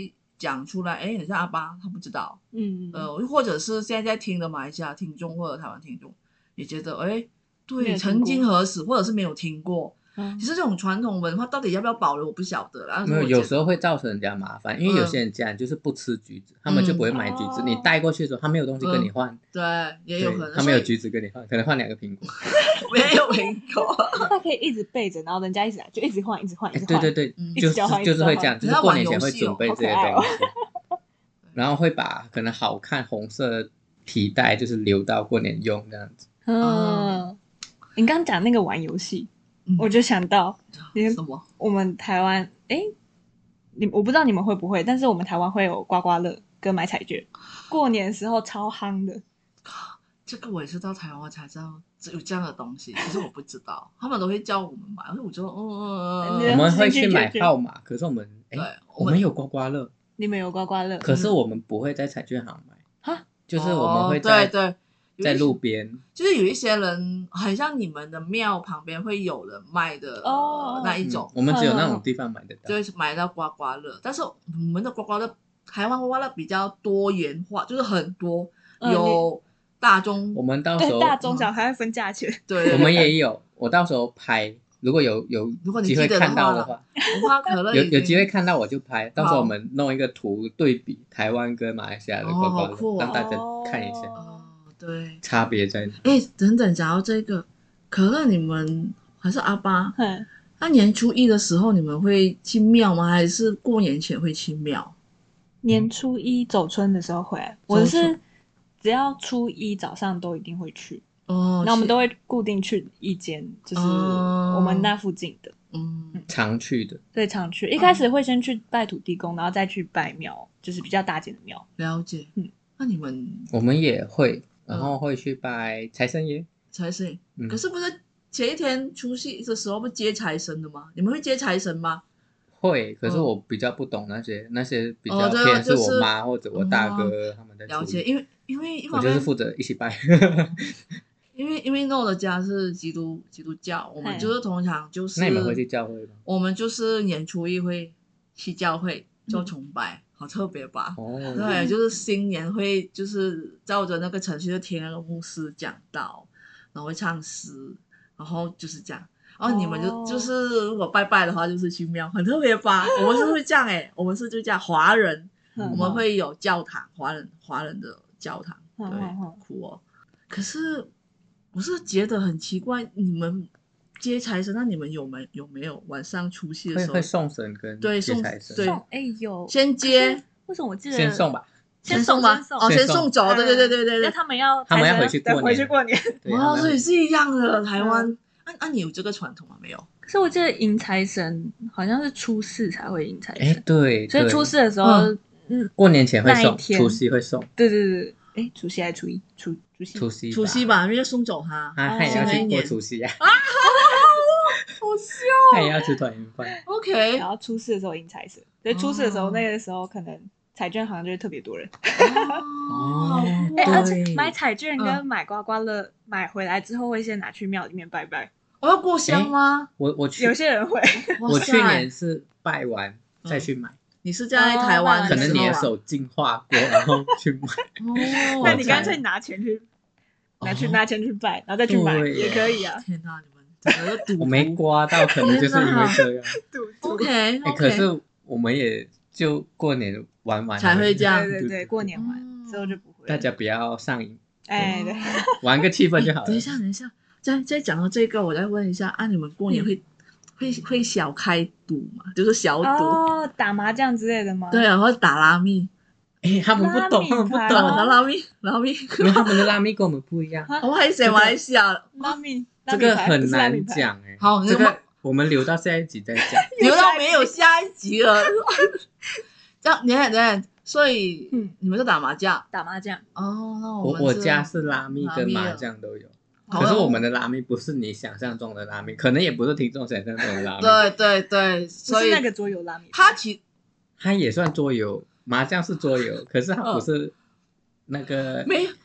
讲出来，哎，很像阿巴，他不知道， 嗯呃，或者是现在在听的马来西亚听众或者台湾听众也觉得，哎， 没对， 有听曾经过何时，或者是没有听过。 嗯其实这种传统文化到底要不要保留，我不晓得啦。 没有，有时候会造成人家麻烦，因为有些人家人就是不吃橘子，他们就不会买橘子。 嗯你带过去的时候，他没有东西跟你换， 对，也有可能他没有橘子跟你换，可能换两个苹果。 没有苹果。 他可以一直备着，然后人家一直来就一直换，一直换，一直对换。 对对， 嗯就是一直交换一直就是会这样， 交换就是过年前会准备这些好可爱哦东西，然后会把可能好看红色的皮带就是留到过年用这样子。 嗯，你刚讲那个玩游戏， 嗯我就想到，你什么？ 我们台湾，哎，你我不知道你们会不会，但是我们台湾会有刮刮乐跟买彩券，过年的时候超夯的。 这个我也是到台湾才知道有这样的东西，其实我不知道，他们都会叫我们买，而且我就嗯嗯你嗯我们会去买进去号码，可是我们对哎， 我们我们有刮刮乐， 你们有刮刮乐？ 可是我们不会在彩券行买， 哈， 就是我们会哦在对对有在一些路边， 就是有一些人，很像你们的庙旁边会有人卖的、 哦嗯那一种， 我们只有那种地方买得到。 就会买到刮刮乐。但是我们的刮刮乐，台湾刮刮乐比较多元化，就是很多嗯有大中， 我们到时候对大中小还会分价钱。 对， 我们也有，我到时候拍，如果有有如果你机会记得的看到的话话， 无花可乐有已经有机会看到我就拍，到时候我们弄一个图对比台湾跟马来西亚的刮刮乐， 哦好酷哦让大家看一下哦，对。 差别在哪。 哎，等等，讲到这个可乐，你们还是阿巴？ 嗯， 那年初一的时候，你们会去庙吗？还是过年前会去庙？ 年初一走春的时候会，我走是春只要初一早上都一定会去， 哦，去那我们都会固定去一间，就是哦我们那附近的， 嗯， 常去的， 最常去。一开始会先去拜土地公，然后再去拜庙，就是比较大间的庙。 了解。 嗯， 那你们我们也会，然嗯后会去拜财神爷。 财神， 嗯可是不是前一天除夕的时候不接财神的吗？你们会接财神吗？ 会，可是嗯我比较不懂那些那些比哦对啊较偏是就是我妈或者我大哥他们在处了解， 理， 因为因为一我方面， 就是负责一起拜。 因为因为诺的家是基督基督教，我们嗨就是通常就是那你们会去教会吗？ 我们就是年初一会去教会做嗯崇拜，好特别吧？ 哦， 对，就是新年会就是照着那个程序就听那个牧师讲道，然后会唱诗，然后就是这样。然后你们就、 哦就是如果拜拜的话，就是去庙，很特别吧？我们是会这样哎、我们是就这样华人， 嗯我们会有教堂，华人华人的教堂，对， 嗯嗯嗯酷哦。可是我是觉得很奇怪，你们接财神，那你们有没有没有晚上除夕的时候会会送神跟对送接财神， 对送哎有先接？ 为什么我记得先送吧， 先送吗先？送哦， 先送先送走，对对对对对那对。 他们要他们要财神等回去过年回去过年。 对， 哇， 他们会所以是一样的，台湾。那那你有这个传统吗？没有。 可是我记得迎财神好像是初四才会迎财哎神， 对， 所以对初四的时候， 嗯嗯， 过年前会送， 那一天除夕会送， 对对对，哎，除夕还是初一？初除夕。 除夕除夕，吧，因为要送走他。 他他也要去过新的一年除夕啊， 好笑。 他也要吃团圆饭。 OK。 然后初四的时候迎财神，所以初四的时候哦那个时候可能彩券好像就会特别多人。 哦，好酷哎， 哦而且买彩券跟嗯买刮刮乐买回来之后会先拿去庙里面拜拜， 我要过香吗？ 我我去有些人会。 哇塞我去年是拜完再去买， 你是在台湾哦可能你的时候啊， 的手净化过，然后去买。 哦， 那你干脆拿钱去拿去哦拿钱去拜，然后再去买对也可以啊。 天哪，你们整个赌徒我没刮到，可能就是因为这样。 赌赌 OK 哎， OK， 可是我们也就过年玩玩才会这样对对对，过年完嗯之后就不会了。 大家不要上瘾， 哎对， 玩个气氛就好了。 等一下，等一下，再再讲到这个，我再问一下，啊，你们过年会、会会小开赌吗？就是小赌， 哦，打麻将之类的吗？ 对啊，或者打拉密， 哎，他们不懂， 拉米他们不牌打懂， 打拉密，拉密， 因为他们的拉米跟我们不一样， 啊我还写马来西亚， 拉米这个很难。讲哎。 好那么这个我们留到下一集再讲。 留到没有下一集了。这样，等一下等一下，所以、 嗯你们在打麻将打麻将， 哦？那我们是我家是拉米跟麻拉密将都有， 好可是我们的拉米不是你想象中的拉米，可能也不是听众想象中的拉米， 对对对， 不所以是那个桌游拉米。 他其它也算桌游，麻将是桌游，可是它不是那个没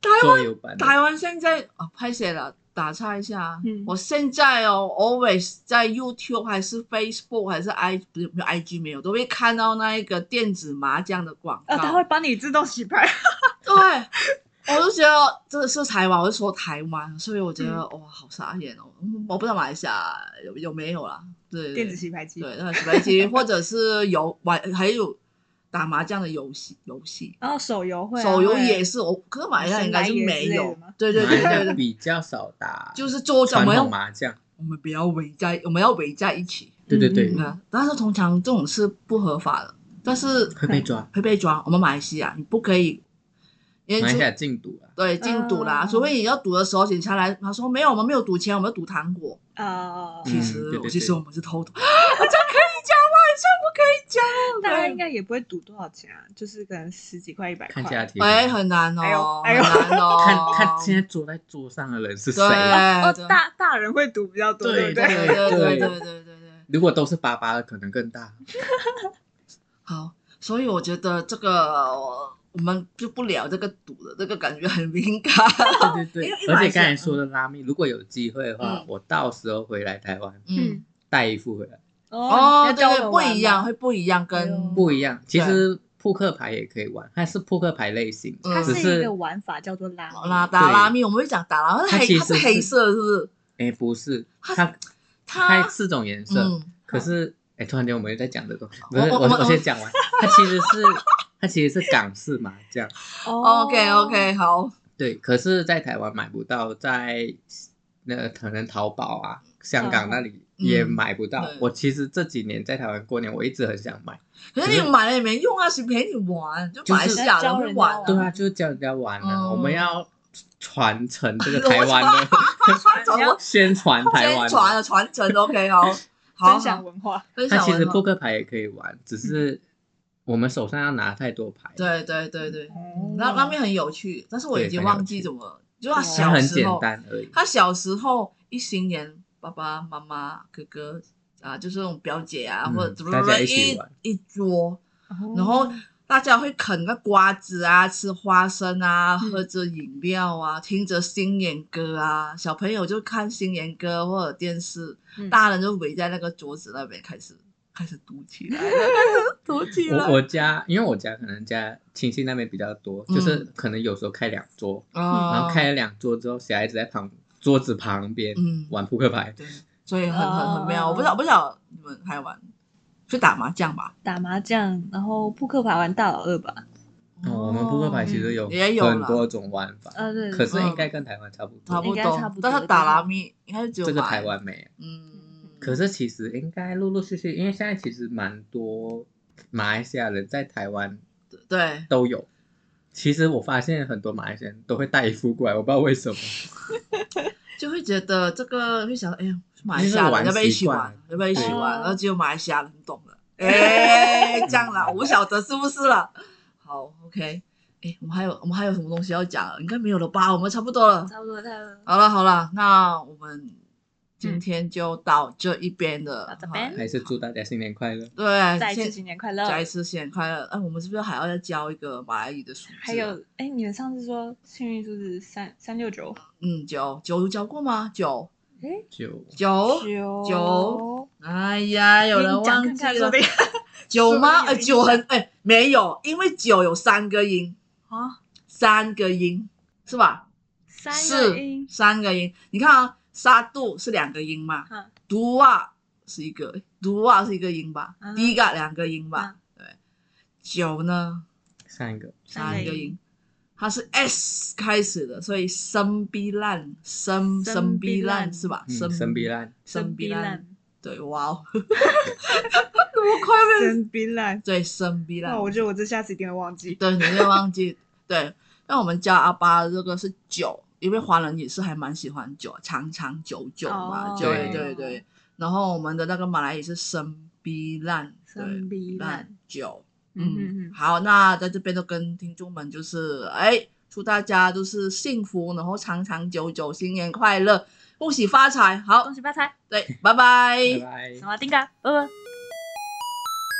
桌游版的。 台湾现在啊，拍写了，打岔一下， 嗯我现在哦，always 在 YouTube 还是 Facebook 还是 I 不是没有 I G 没有，都会看到那一个电子麻将的广告。 啊，他会帮你自动洗牌。 对，我就觉得这个是台湾，我就说台湾，所以我觉得、 嗯、 哇，好傻眼哦！我不知道马来西亚有有没有啦，对对电子洗牌机， 对，那个洗牌机或者是游玩，还有打麻将的游戏游戏， 然后手游会、啊， 手游也是，我可是马来西亚应该是没有，对对对对对， 比较少打， 就是桌传统麻将， 我们不要围在，我们要围在一起， 对对对， 嗯，但是通常这种是不合法的，但是会被抓， 会被抓。我们马来西亚你不可以。 马来西亚禁赌啦， 对，禁赌啦，除非你要赌的时候，警察来，他说没有，我们没有赌钱，我们要赌糖果。 啊， 其实， 嗯、对对对其实我们是偷赌，这样可以讲吗？这样不可以讲。 大家应该也不会赌多少钱啊，就是可能十几块、一百块。 看家庭， 哎，很难哦， 哎呦， 很难哦。 看看现在坐在桌上的人是谁？ 哦，大大人会赌比较多，对不对？ 对对对对对对对。 如果都是爸爸的，可能更大。 好，所以我觉得这个。我们就不聊这个赌的，这个感觉很敏感。 对对对，而且刚才说的拉面，如果有机会的话，嗯、我到时候回来台湾，嗯，带一副回来。 哦，对对，不一样，会不一样，跟不一样。其实扑克牌也可以玩，它是扑克牌类型， 它是一个玩法叫做拉拉打拉面，我们会讲打拉面，它其实是黑色，是不是？ 哎，不是，它它四种颜色，可是哎，突然间我们又在讲这个，不是我我先讲完，它其实是。它其实是港式麻将。 哦 ，OK OK， 好。 对，可是，在台湾买不到，在那可能淘宝啊、香港那里也买不到。嗯、我其实这几年在台湾过年，我一直很想买。 可是你买了也没用啊，谁陪你玩？就马来西亚人会玩、啊。 对啊，就是教人家玩啊。嗯、我们要传承这个台湾的宣传台湾， 宣传的传承 OK 好， 分享文化。 它其实扑克牌也可以玩，只是。我们手上要拿太多牌， 对对对对，那那边很有趣，但是我已经忘记怎么，就他小时候， 很简单而已。 他小时候一新年，爸爸妈妈、哥哥啊，就是那种表姐啊， 嗯、 或者怎么大家一起玩一桌，然后大家会啃个瓜子啊，吃花生啊， 嗯、 喝着饮料啊，听着新年歌啊，小朋友就看新年歌或者电视，嗯、大人就围在那个桌子那边开始。开始读起来了，读起来。 我我家，因为我家可能家亲戚那边比较多，嗯、就是可能有时候开两桌，嗯、然后开了两桌之后，小孩子在旁桌子旁边、嗯、玩扑克牌， 对，所以很很很妙。我不知道，我不知道你们还玩，去打麻将吧？ 打麻将，然后扑克牌玩大老二吧。 哦，我们扑克牌其实有很多种玩法， 呃，对， 可是应该跟台湾差不多， 差不多，但是打拉米应该只有这个台湾没， 嗯。 可是其实应该陆陆续续，因为现在其实蛮多马来西亚人在台湾对都有。其实我发现很多马来西亚人都会带一副过来，我不知道为什么， 就会觉得这个会想，哎呀，马来西亚人要不要一起玩？要不要一起玩？然后只有马来西亚人懂了，哎，这样啦，我不晓得是不是了。好 ，OK， 哎，我们还有我们还有什么东西要讲？应该没有了吧？我们差不多了， 差不多，差不多。 好了好了，那我们。今天就到这一边的， 到这边还是祝大家新年快乐。 对， 再一次新年快乐， 再一次新年快乐。哎，我们是不是还要再教一个马来语的数字？ 还有，哎，你们上次说幸运数字三三六九， 嗯，九九有教过吗？九， 哎， 九九九，哎呀，有人忘记了九吗？呃，九很哎没有，因为九有三个音啊， 三个音是吧？ 三个音， 三个音，你看啊。沙杜是两个音嘛，杜瓦是一个，杜瓦是一个音吧，第一个两个音吧，对，九呢三个， 三个音，它是 S 开始的，所以生逼烂，生生逼烂是吧？ 生生逼烂， 生逼烂，对，哇哦，那么快被生逼烂， 对，生逼烂， 我觉得我这下次一定会忘记， 对，你会忘记，对，那我们教阿巴这个是九。因为华人也是还蛮喜欢酒，长长久久嘛， oh, 对对对。然后我们的那个马来语是生逼烂， 生逼烂酒。嗯, 嗯好，那在这边都跟听众们就是，哎，祝大家都是幸福，然后长长久久，新年快乐，恭喜发财，好， 恭喜发财， 对，拜拜， 拜拜， 萨瓦迪卡，拜拜。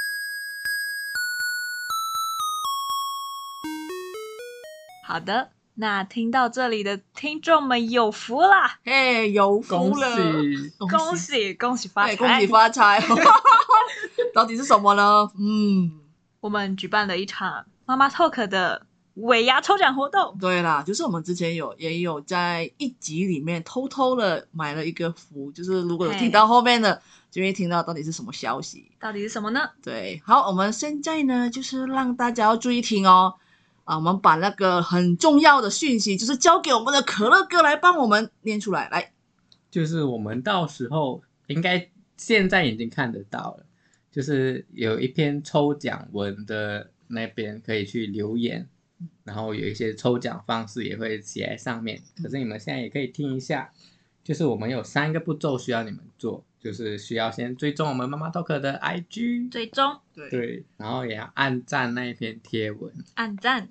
好的。 那听到这里的听众们有福啦！ 嘿，有福了， 恭喜恭喜发财， 恭喜发财！到底是什么呢？嗯， 我们举办了一场妈妈 Talk 的尾牙抽奖活动。 对啦，就是我们之前有也有在一集里面偷偷的买了一个福，就是如果有听到后面的，就会听到到底是什么消息。 到底是什么呢？ 对，好，我们现在呢，就是让大家要注意听哦。啊，我们把那个很重要的讯息，就是交给我们的可乐哥来帮我们念出来。来， 就是我们到时候应该现在已经看得到了，就是有一篇抽奖文的那边可以去留言，然后有一些抽奖方式也会写在上面。可是你们现在也可以听一下，就是我们有三个步骤需要你们做，就是需要先追踪我们妈妈 Talk 的 I G， 追踪， 对对，然后也要按赞那一篇贴文， 按赞。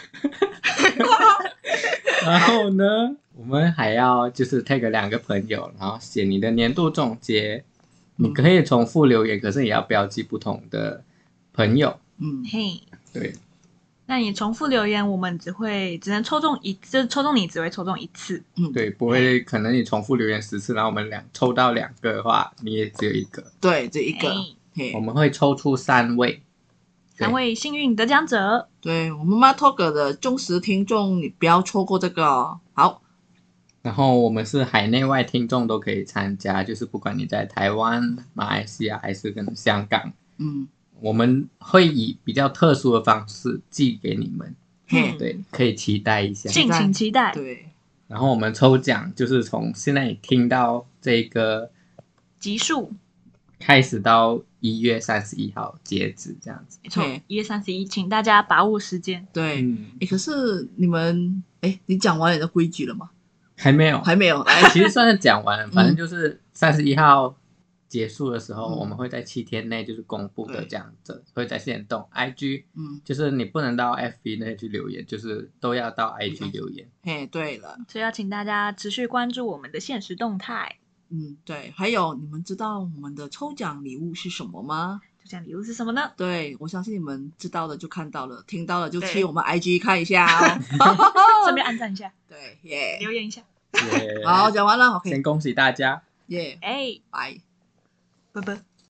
然后呢，我们还要就是 tag 两个朋友，然后写你的年度总结。嗯、你可以重复留言，可是也要标记不同的朋友。 嗯， 嘿， 对。 那你重复留言，我们只会只能抽中一，就是抽中你只会抽中一次。 嗯， 对，不会，可能你重复留言十次，然后我们两抽到两个的话，你也只有一个。 对，这一个。 我们会抽出三位。 三位幸运得奖者， 对，我们妈 Talk 的忠实听众，你不要错过这个哦。好， 然后我们是海内外听众都可以参加，就是不管你在台湾、马来西亚还是跟香港， 嗯， 我们会以比较特殊的方式寄给你们， 嗯、 对，可以期待一下， 敬请期待。 对， 然后我们抽奖就是从现在你听到这个集数开始到一月三十一号截止，这样子。 没错，一月三十一，请大家把握时间。 对，哎、嗯，可是你们，哎，你讲完你的规矩了吗？ 还没有， 还没有。来， 其实算是讲完了，反正就是三十一号结束的时候，嗯、我们会在七天内就是公布的这样子，会在限动 I G， 嗯，就是你不能到 F B 那去留言，就是都要到 I G 留言。 嘿，对了， 所以要请大家持续关注我们的限时动态。 嗯，对，还有你们知道我们的抽奖礼物是什么吗？ 抽奖礼物是什么呢？ 对，我相信你们知道的就看到了，听到了就去我们 I G 看一下哦， 顺便按赞一下， 对，耶、 yeah ，留言一下， 耶、 yeah ，好，讲完了 ，OK， 先恭喜大家， 耶， 哎， 拜， 拜拜。